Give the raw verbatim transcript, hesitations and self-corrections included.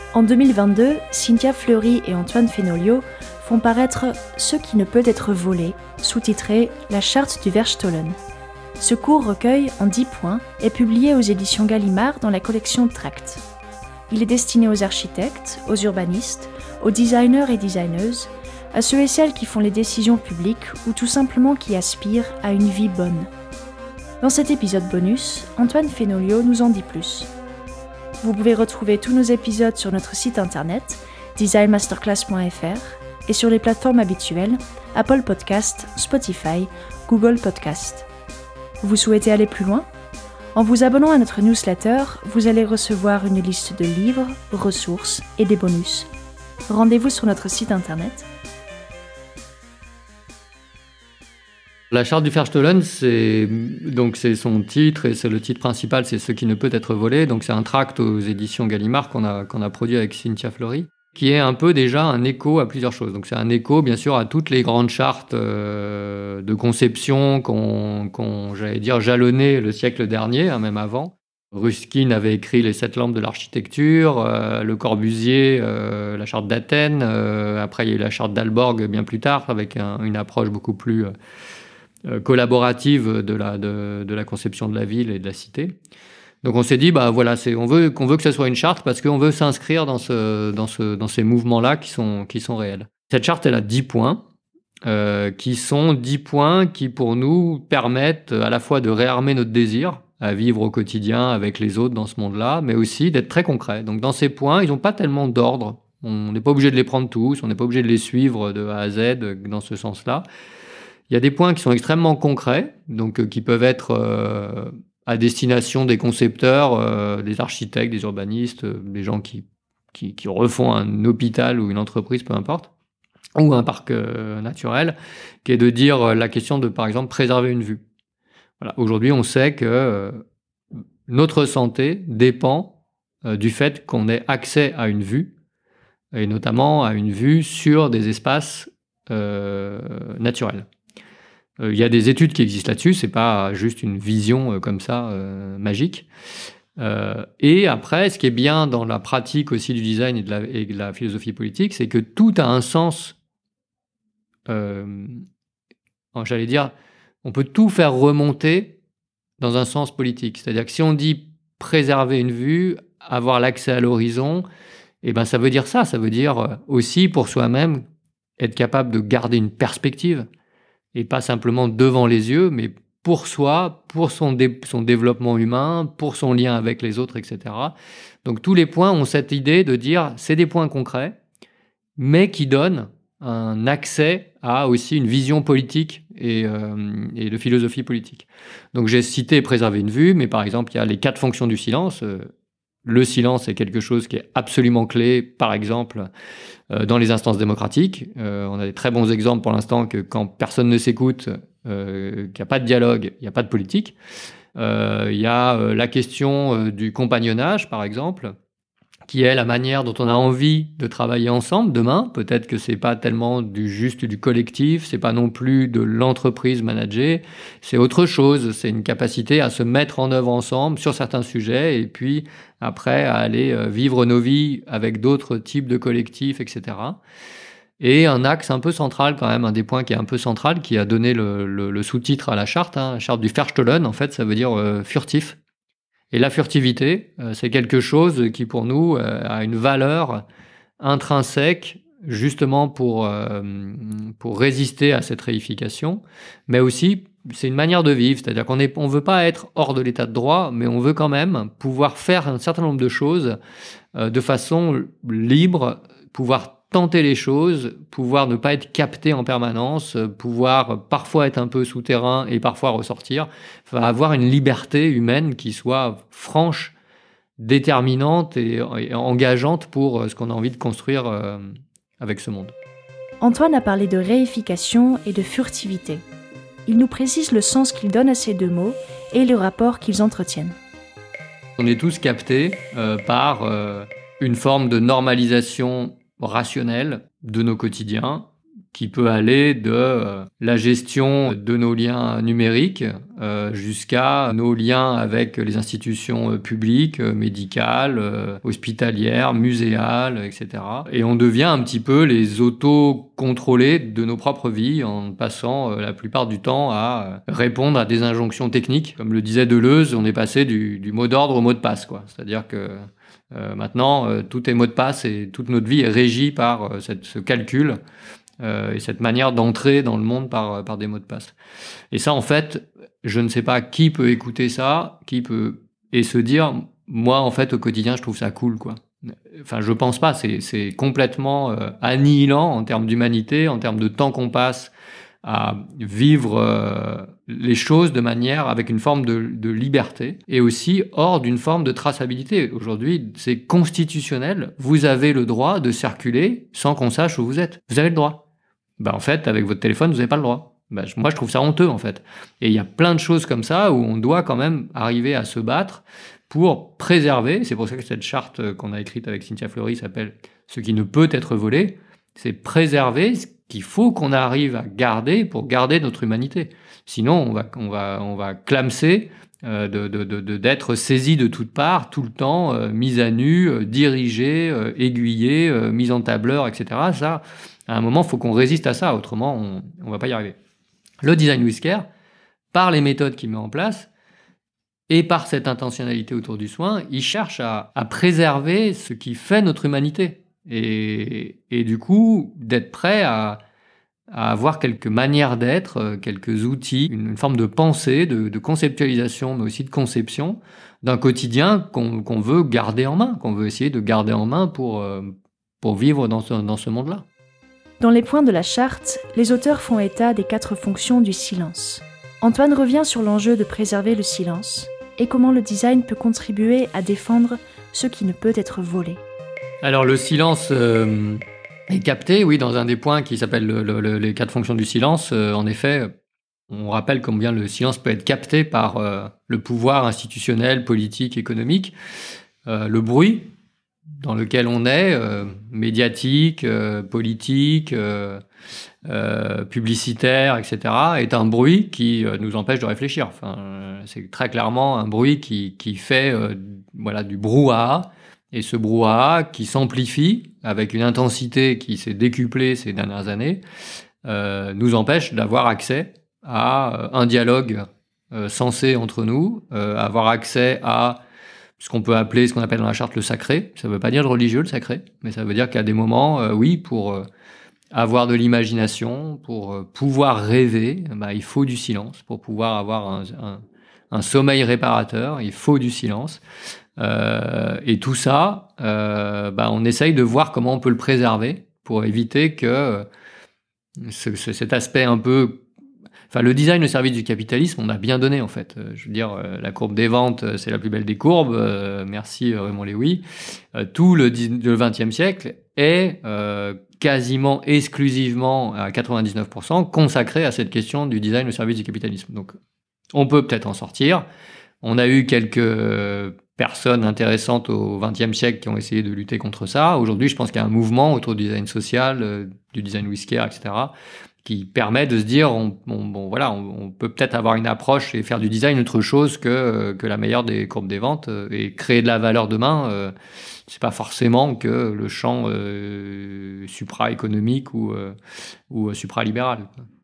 En deux mille vingt-deux, Cynthia Fleury et Antoine Fenolio font paraître « Ce qui ne peut être volé », sous-titré « La charte du Verstollen ». Ce court recueil, en dix points, est publié aux éditions Gallimard dans la collection Tract. Il est destiné aux architectes, aux urbanistes, aux designers et designeuses, à ceux et celles qui font les décisions publiques ou tout simplement qui aspirent à une vie bonne. Dans cet épisode bonus, Antoine Fenolio nous en dit plus. Vous pouvez retrouver tous nos épisodes sur notre site internet design masterclass point f r et sur les plateformes habituelles Apple Podcast, Spotify, Google Podcast. Vous souhaitez aller plus loin ? En vous abonnant à notre newsletter, vous allez recevoir une liste de livres, ressources et des bonus. Rendez-vous sur notre site internet. La charte du Verstollen, c'est donc c'est son titre et c'est le titre principal, c'est ce qui ne peut être volé. Donc c'est un tract aux éditions Gallimard qu'on a qu'on a produit avec Cynthia Fleury, qui est un peu déjà un écho à plusieurs choses. Donc c'est un écho bien sûr à toutes les grandes chartes euh, de conception qu'on qu'on j'allais dire jalonné le siècle dernier, hein, même avant. Ruskin avait écrit les sept lampes de l'architecture, euh, Le Corbusier, euh, la charte d'Athènes. Euh, après il y a eu la charte d'Alborg bien plus tard avec un, une approche beaucoup plus euh, collaborative de la, de, de la conception de la ville et de la cité. Donc on s'est dit, bah voilà, c'est, on veut qu'on veut que ce soit une charte parce qu'on veut s'inscrire dans, ce, dans, ce, dans ces mouvements-là qui sont, qui sont réels. Cette charte, elle a dix points, euh, qui sont dix points qui, pour nous, permettent à la fois de réarmer notre désir à vivre au quotidien avec les autres dans ce monde-là, mais aussi d'être très concret. Donc dans ces points, ils n'ont pas tellement d'ordre. On n'est pas obligé de les prendre tous, on n'est pas obligé de les suivre de A à Z dans ce sens-là. Il y a des points qui sont extrêmement concrets, donc euh, qui peuvent être euh, à destination des concepteurs, euh, des architectes, des urbanistes, euh, des gens qui, qui, qui refont un hôpital ou une entreprise, peu importe, ou un parc euh, naturel, qui est de dire euh, la question de, par exemple, préserver une vue. Voilà. Aujourd'hui, on sait que euh, notre santé dépend euh, du fait qu'on ait accès à une vue, et notamment à une vue sur des espaces euh, naturels. Il euh, y a des études qui existent là-dessus, c'est pas juste une vision euh, comme ça euh, magique. Euh, et après, ce qui est bien dans la pratique aussi du design et de la, et de la philosophie politique, c'est que tout a un sens. Euh, j'allais dire, on peut tout faire remonter dans un sens politique. C'est-à-dire que si on dit préserver une vue, avoir l'accès à l'horizon, eh ben ça veut dire ça. Ça veut dire aussi pour soi-même être capable de garder une perspective. Et pas simplement devant les yeux, mais pour soi, pour son, dé- son développement humain, pour son lien avec les autres, et cetera. Donc tous les points ont cette idée de dire, c'est des points concrets, mais qui donnent un accès à aussi une vision politique et, euh, et de philosophie politique. Donc j'ai cité préserver une vue, mais par exemple, il y a les quatre fonctions du silence. Le silence est quelque chose qui est absolument clé, par exemple, euh, dans les instances démocratiques. Euh, on a des très bons exemples pour l'instant que quand personne ne s'écoute, euh, qu'il n'y a pas de dialogue, il n'y a pas de politique. Euh, il y a euh, la question euh, du compagnonnage, par exemple, qui est la manière dont on a envie de travailler ensemble demain. Peut-être que c'est pas tellement du juste du collectif, c'est pas non plus de l'entreprise managée, c'est autre chose. C'est une capacité à se mettre en œuvre ensemble sur certains sujets et puis après à aller vivre nos vies avec d'autres types de collectifs, et cetera. Et un axe un peu central quand même, un des points qui est un peu central, qui a donné le, le, le sous-titre à la charte, hein, la charte du Verstollen, en fait, ça veut dire euh, furtif. Et la furtivité, euh, c'est quelque chose qui, pour nous, euh, a une valeur intrinsèque, justement pour, euh, pour résister à cette réification, mais aussi, c'est une manière de vivre, c'est-à-dire qu'on est, on veut pas être hors de l'état de droit, mais on veut quand même pouvoir faire un certain nombre de choses euh, de façon libre, pouvoir tenter les choses, pouvoir ne pas être capté en permanence, pouvoir parfois être un peu souterrain et parfois ressortir, enfin, avoir une liberté humaine qui soit franche, déterminante et, et engageante pour ce qu'on a envie de construire euh, avec ce monde. Antoine a parlé de réification et de furtivité. Il nous précise le sens qu'il donne à ces deux mots et le rapport qu'ils entretiennent. On est tous captés euh, par euh, une forme de normalisation rationnelle de nos quotidiens qui peut aller de euh, la gestion de nos liens numériques euh, jusqu'à nos liens avec les institutions euh, publiques, euh, médicales, euh, hospitalières, muséales, et cetera. Et on devient un petit peu les autocontrôlés de nos propres vies en passant euh, la plupart du temps à euh, répondre à des injonctions techniques. Comme le disait Deleuze, on est passé du, du mot d'ordre au mot de passe, quoi. C'est-à-dire que euh, maintenant, euh, tout est mot de passe et toute notre vie est régie par euh, cette, ce calcul Euh, et cette manière d'entrer dans le monde par, par des mots de passe. Et ça, en fait, je ne sais pas qui peut écouter ça, qui peut et se dire, moi, en fait, au quotidien, je trouve ça cool, quoi. Enfin, je pense pas, c'est, c'est complètement euh, annihilant en termes d'humanité, en termes de temps qu'on passe à vivre euh, les choses de manière avec une forme de, de liberté et aussi hors d'une forme de traçabilité. Aujourd'hui, c'est constitutionnel. Vous avez le droit de circuler sans qu'on sache où vous êtes. Vous avez le droit. Bah, en fait, avec votre téléphone, vous n'avez pas le droit. Bah, moi, je trouve ça honteux, en fait. Et il y a plein de choses comme ça où on doit quand même arriver à se battre pour préserver. C'est pour ça que cette charte qu'on a écrite avec Cynthia Fleury s'appelle « Ce qui ne peut être volé ». C'est préserver ce qu'il faut qu'on arrive à garder pour garder notre humanité. Sinon, on va, on va, on va clamser euh, de, de, de, de, d'être saisi de toutes parts, tout le temps, euh, mis à nu, euh, dirigé, euh, aiguillé, euh, mis en tableur, et cetera. Ça... À un moment, il faut qu'on résiste à ça, autrement, on ne va pas y arriver. Le design whisker, par les méthodes qu'il met en place et par cette intentionnalité autour du soin, il cherche à, à préserver ce qui fait notre humanité. Et, et du coup, d'être prêt à, à avoir quelques manières d'être, quelques outils, une, une forme de pensée, de, de conceptualisation, mais aussi de conception d'un quotidien qu'on, qu'on veut garder en main, qu'on veut essayer de garder en main pour, pour vivre dans ce, dans ce monde-là. Dans les points de la charte, les auteurs font état des quatre fonctions du silence. Antoine revient sur l'enjeu de préserver le silence et comment le design peut contribuer à défendre ce qui ne peut être volé. Alors le silence euh, est capté, oui, dans un des points qui s'appelle le, le, les quatre fonctions du silence. Euh, en effet, on rappelle combien le silence peut être capté par euh, le pouvoir institutionnel, politique, économique. Euh, le bruit, dans lequel on est, euh, médiatique, euh, politique, euh, euh, publicitaire, et cetera, est un bruit qui euh, nous empêche de réfléchir. Enfin, euh, c'est très clairement un bruit qui, qui fait euh, voilà, du brouhaha, et ce brouhaha qui s'amplifie avec une intensité qui s'est décuplée ces dernières années, euh, nous empêche d'avoir accès à un dialogue euh, sensé entre nous, euh, avoir accès à ce qu'on peut appeler, ce qu'on appelle dans la charte le sacré. Ça ne veut pas dire le religieux, le sacré, mais ça veut dire qu'à des moments, euh, oui, pour euh, avoir de l'imagination, pour euh, pouvoir rêver, bah, il faut du silence. Pour pouvoir avoir un, un, un sommeil réparateur, il faut du silence. Euh, et tout ça, euh, bah, on essaye de voir comment on peut le préserver pour éviter que euh, ce, ce, cet aspect un peu... Enfin, le design au service du capitalisme, on a bien donné, en fait. Euh, je veux dire, euh, la courbe des ventes, euh, c'est la plus belle des courbes. Euh, merci, Raymond Lévy. Euh, tout le, le vingtième siècle est euh, quasiment exclusivement, à quatre-vingt-dix-neuf pour cent, consacré à cette question du design au service du capitalisme. Donc, on peut peut-être en sortir. On a eu quelques personnes intéressantes au vingtième siècle qui ont essayé de lutter contre ça. Aujourd'hui, je pense qu'il y a un mouvement autour du design social, euh, du design whisker, et cetera, qui permet de se dire, on, on, bon, voilà, on, on peut peut-être avoir une approche et faire du design autre chose que, que la meilleure des courbes des ventes et créer de la valeur demain. Euh, c'est pas forcément que le champ euh, supra-économique ou, euh, ou supra-libéral, quoi.